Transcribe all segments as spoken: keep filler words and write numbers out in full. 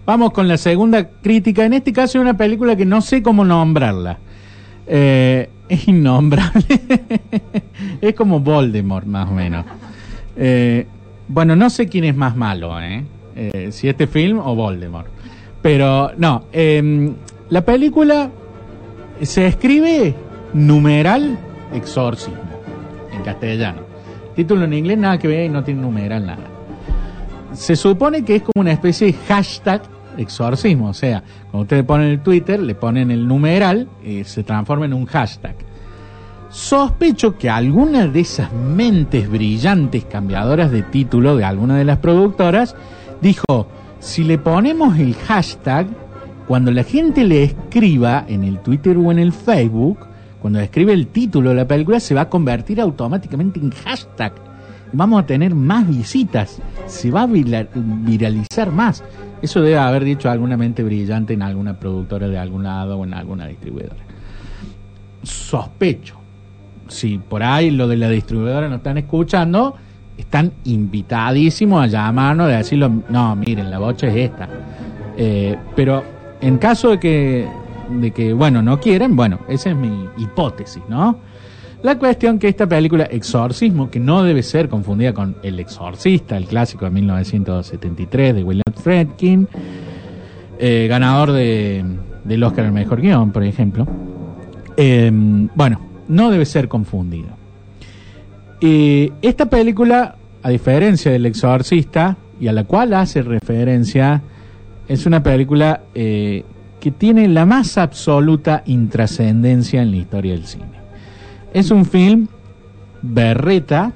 Vamos con la segunda crítica. En este caso es una película que no sé cómo nombrarla. Eh, es innombrable. Es como Voldemort, más o menos. Eh, bueno, no sé quién es más malo, ¿eh? Eh, si este film o Voldemort. Pero no, eh, la película se escribe numeral exorcismo en castellano. Título en inglés nada que ver y no tiene numeral nada. Se supone que es como una especie de hashtag exorcismo, o sea, cuando ustedes ponen el Twitter, le ponen el numeral y se transforma en un hashtag. Sospecho que alguna de esas mentes brillantes cambiadoras de título de alguna de las productoras dijo, si le ponemos el hashtag, cuando la gente le escriba en el Twitter o en el Facebook, cuando escribe el título de la película, se va a convertir automáticamente en hashtag. Vamos a tener más visitas, se va a viralizar más. Eso debe haber dicho alguna mente brillante en alguna productora de algún lado o en alguna distribuidora. Sospecho. Si por ahí lo de la distribuidora no están escuchando, están invitadísimos a llamarnos y a decirlo, no, miren, la bocha es esta. Eh, pero en caso de que, de que, bueno, no quieren, bueno, esa es mi hipótesis, ¿no? La cuestión que esta película Exorcismo, que no debe ser confundida con El Exorcista, el clásico de mil novecientos setenta y tres de William Friedkin, eh, ganador de, del Oscar al mejor guión, por ejemplo, eh, bueno, no debe ser confundida. Eh, esta película, a diferencia del Exorcista, y a la cual hace referencia, es una película eh, que tiene la más absoluta intrascendencia en la historia del cine. Es un film berreta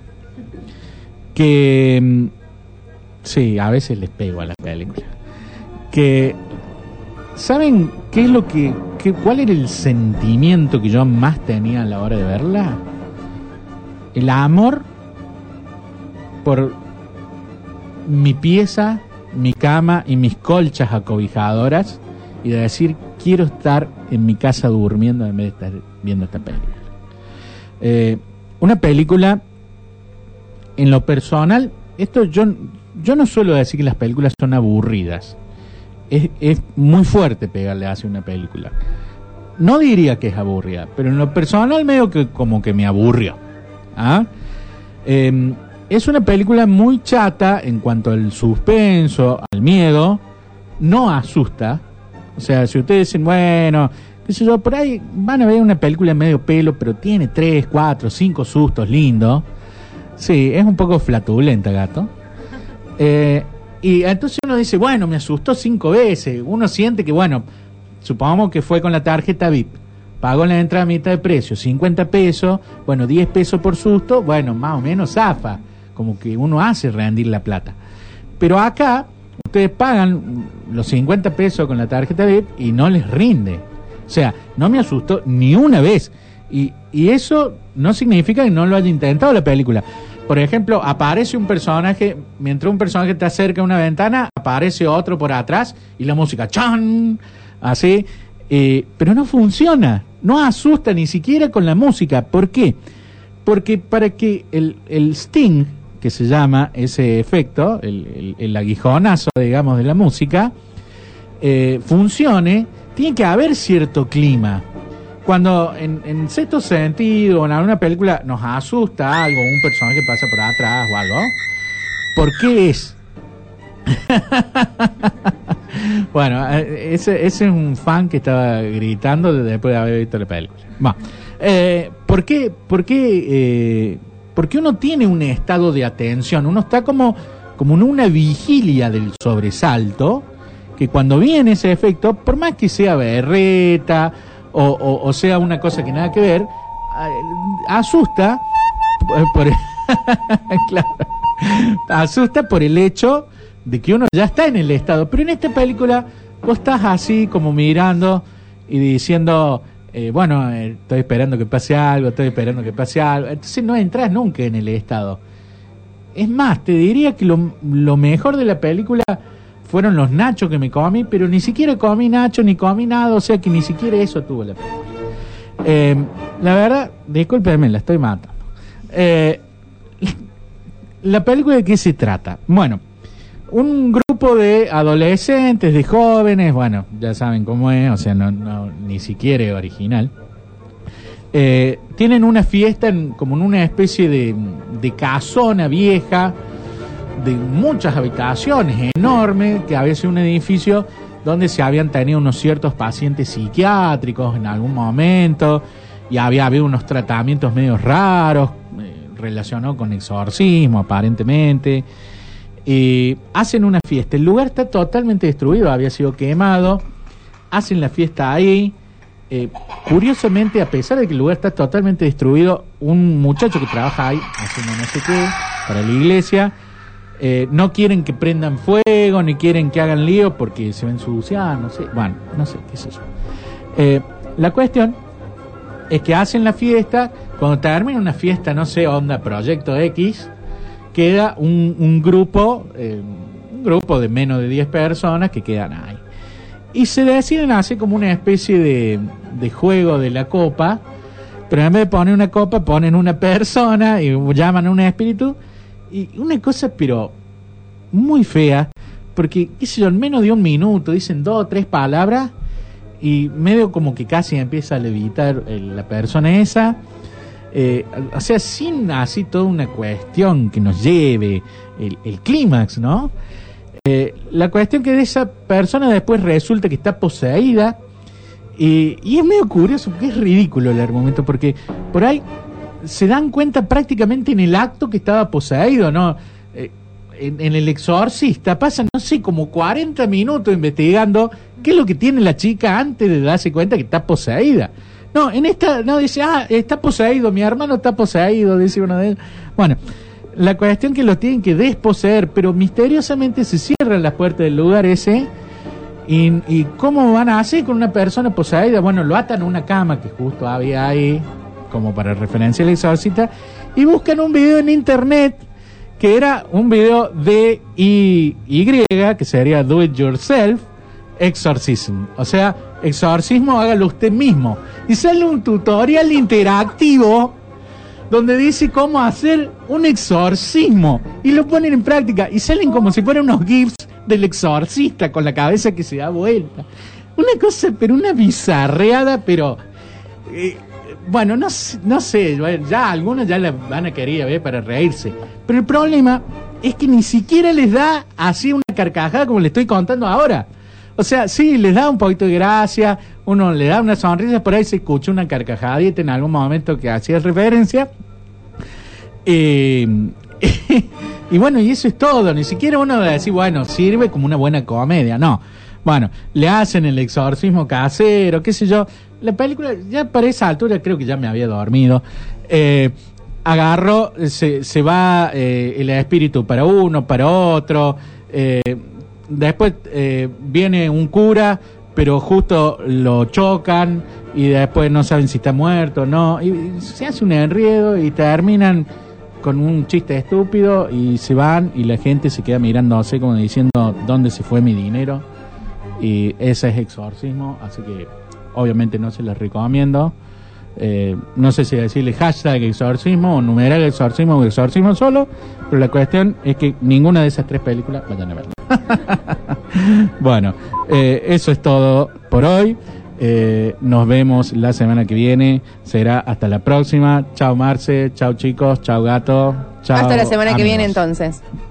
que, sí, a veces les pego a la película, que, ¿saben qué es lo que, qué, cuál era el sentimiento que yo más tenía a la hora de verla? El amor por mi pieza, mi cama y mis colchas acobijadoras, y de decir, quiero estar en mi casa durmiendo en vez de estar viendo esta película. Eh, una película, en lo personal, esto yo, yo no suelo decir que las películas son aburridas. Es, es muy fuerte pegarle hacia una película. No diría que es aburrida, pero en lo personal medio que como que me aburrió. ¿Ah? Eh, es una película muy chata en cuanto al suspenso, al miedo. No asusta. O sea, si ustedes dicen, bueno, qué sé yo, por ahí van a ver una película en medio pelo, pero tiene tres, cuatro, cinco sustos lindos. Sí, es un poco flatulenta, gato. Eh, y entonces uno dice, bueno, me asustó cinco veces. Uno siente que, bueno, supongamos que fue con la tarjeta V I P. Pagó la entrada a mitad de precio, cincuenta pesos, bueno, diez pesos por susto, bueno, más o menos zafa. Como que uno hace rendir la plata. Pero acá, ustedes pagan los cincuenta pesos con la tarjeta V I P y no les rinde. O sea, no me asustó ni una vez. Y, y eso no significa que no lo haya intentado la película. Por ejemplo, aparece un personaje, mientras un personaje está cerca de una ventana, aparece otro por atrás y la música, ¡chan! Así, eh, pero no funciona. No asusta ni siquiera con la música. ¿Por qué? Porque para que el, el sting, que se llama ese efecto, el, el, el aguijonazo, digamos, de la música, eh, funcione, tiene que haber cierto clima. Cuando en, en cierto sentido, en alguna película nos asusta algo, un personaje pasa por atrás o algo, ¿por qué es? Bueno, ese, ese es un fan que estaba gritando después de haber visto la película. Bueno, eh, ¿por qué, por qué, eh, porque uno tiene un estado de atención? Uno está como, como en una vigilia del sobresalto, que cuando viene ese efecto, por más que sea berreta o, o, o sea una cosa que nada que ver, eh, asusta por, por claro, asusta por el hecho de que uno ya está en el estado. Pero en esta película vos estás así como mirando y diciendo, eh, bueno, eh, estoy esperando que pase algo, estoy esperando que pase algo. Entonces no entras nunca en el estado. Es más, te diría que lo, lo mejor de la película fueron los nachos que me comí, pero ni siquiera comí nachos ni comí nada, o sea que ni siquiera eso tuvo la película. Eh, la verdad, discúlpenme, la estoy matando. Eh, la película, ¿de qué se trata? Bueno, un grupo de adolescentes, de jóvenes, bueno, ya saben cómo es, o sea, no, no ni siquiera es original. Eh, tienen una fiesta en, como en una especie de, de casona vieja, de muchas habitaciones, enorme, que había sido un edificio donde se habían tenido unos ciertos pacientes psiquiátricos en algún momento, y había habido unos tratamientos medio raros, eh, relacionados con exorcismo, aparentemente. Eh, hacen una fiesta, el lugar está totalmente destruido, había sido quemado, hacen la fiesta ahí. Eh, curiosamente, a pesar de que el lugar está totalmente destruido, un muchacho que trabaja ahí haciendo no sé qué para la iglesia, eh, no quieren que prendan fuego ni quieren que hagan lío porque se va a ensuciar, no sé, bueno, no sé, qué sé yo. Eh, la cuestión es que hacen la fiesta. Cuando termina una fiesta, no sé, onda Proyecto X, queda un, un grupo, eh, un grupo de menos de diez personas que quedan ahí. Y se deciden hacer como una especie de, de juego de la copa, pero en vez de poner una copa, ponen una persona y llaman a un espíritu. Y una cosa, pero muy fea, porque, qué sé yo, en menos de un minuto dicen dos o tres palabras y medio como que casi empieza a levitar la persona esa. Eh, o sea, sin así toda una cuestión que nos lleve el, el clímax, ¿no? Eh, la cuestión que de esa persona después resulta que está poseída, y, y es medio curioso porque es ridículo el argumento, porque por ahí se dan cuenta prácticamente en el acto que estaba poseído, ¿no? Eh, en, en El Exorcista pasan, no sé, como cuarenta minutos investigando qué es lo que tiene la chica antes de darse cuenta que está poseída. No, en esta, no, dice, ah, está poseído, mi hermano está poseído, dice uno de ellos. Bueno, la cuestión que lo tienen que desposeer, pero misteriosamente se cierran las puertas del lugar ese. Y, y ¿cómo van a hacer con una persona poseída? Bueno, lo atan a una cama que justo había ahí, como para referencia al exorcista, y buscan un video en internet, que era un video de Y, y que sería Do It Yourself Exorcism. O sea, exorcismo, hágalo usted mismo. Y sale un tutorial interactivo donde dice cómo hacer un exorcismo, y lo ponen en práctica, y salen como si fueran unos gifs del exorcista con la cabeza que se da vuelta. Una cosa, pero una bizarreada, pero eh, bueno, no, no sé, ya algunos ya la van a querer ver para reírse, pero el problema es que ni siquiera les da así una carcajada como le estoy contando ahora. O sea, sí, les da un poquito de gracia, uno le da una sonrisa, por ahí se escucha una carcajadita en algún momento que hacía referencia. Eh, y bueno, y eso es todo. Ni siquiera uno va a decir, bueno, sirve como una buena comedia. No. Bueno, le hacen el exorcismo casero, qué sé yo. La película, ya para esa altura creo que ya me había dormido. Eh, agarró, se, se va eh, el espíritu para uno, para otro. Eh, después eh, viene un cura, pero justo lo chocan y después no saben si está muerto o no. Y, y se hace un enredo y terminan con un chiste estúpido y se van, y la gente se queda mirándose como diciendo, ¿dónde se fue mi dinero? Y ese es exorcismo, así que obviamente no se les recomiendo. Eh, no sé si decirle hashtag exorcismo o numeral exorcismo o exorcismo solo, pero la cuestión es que ninguna de esas tres películas vayan a verla. Bueno, eh, eso es todo por hoy. Eh, nos vemos la semana que viene. Será hasta la próxima. Chao Marce, chao chicos, chao Gato, chao. Hasta la semana amigos. que viene entonces.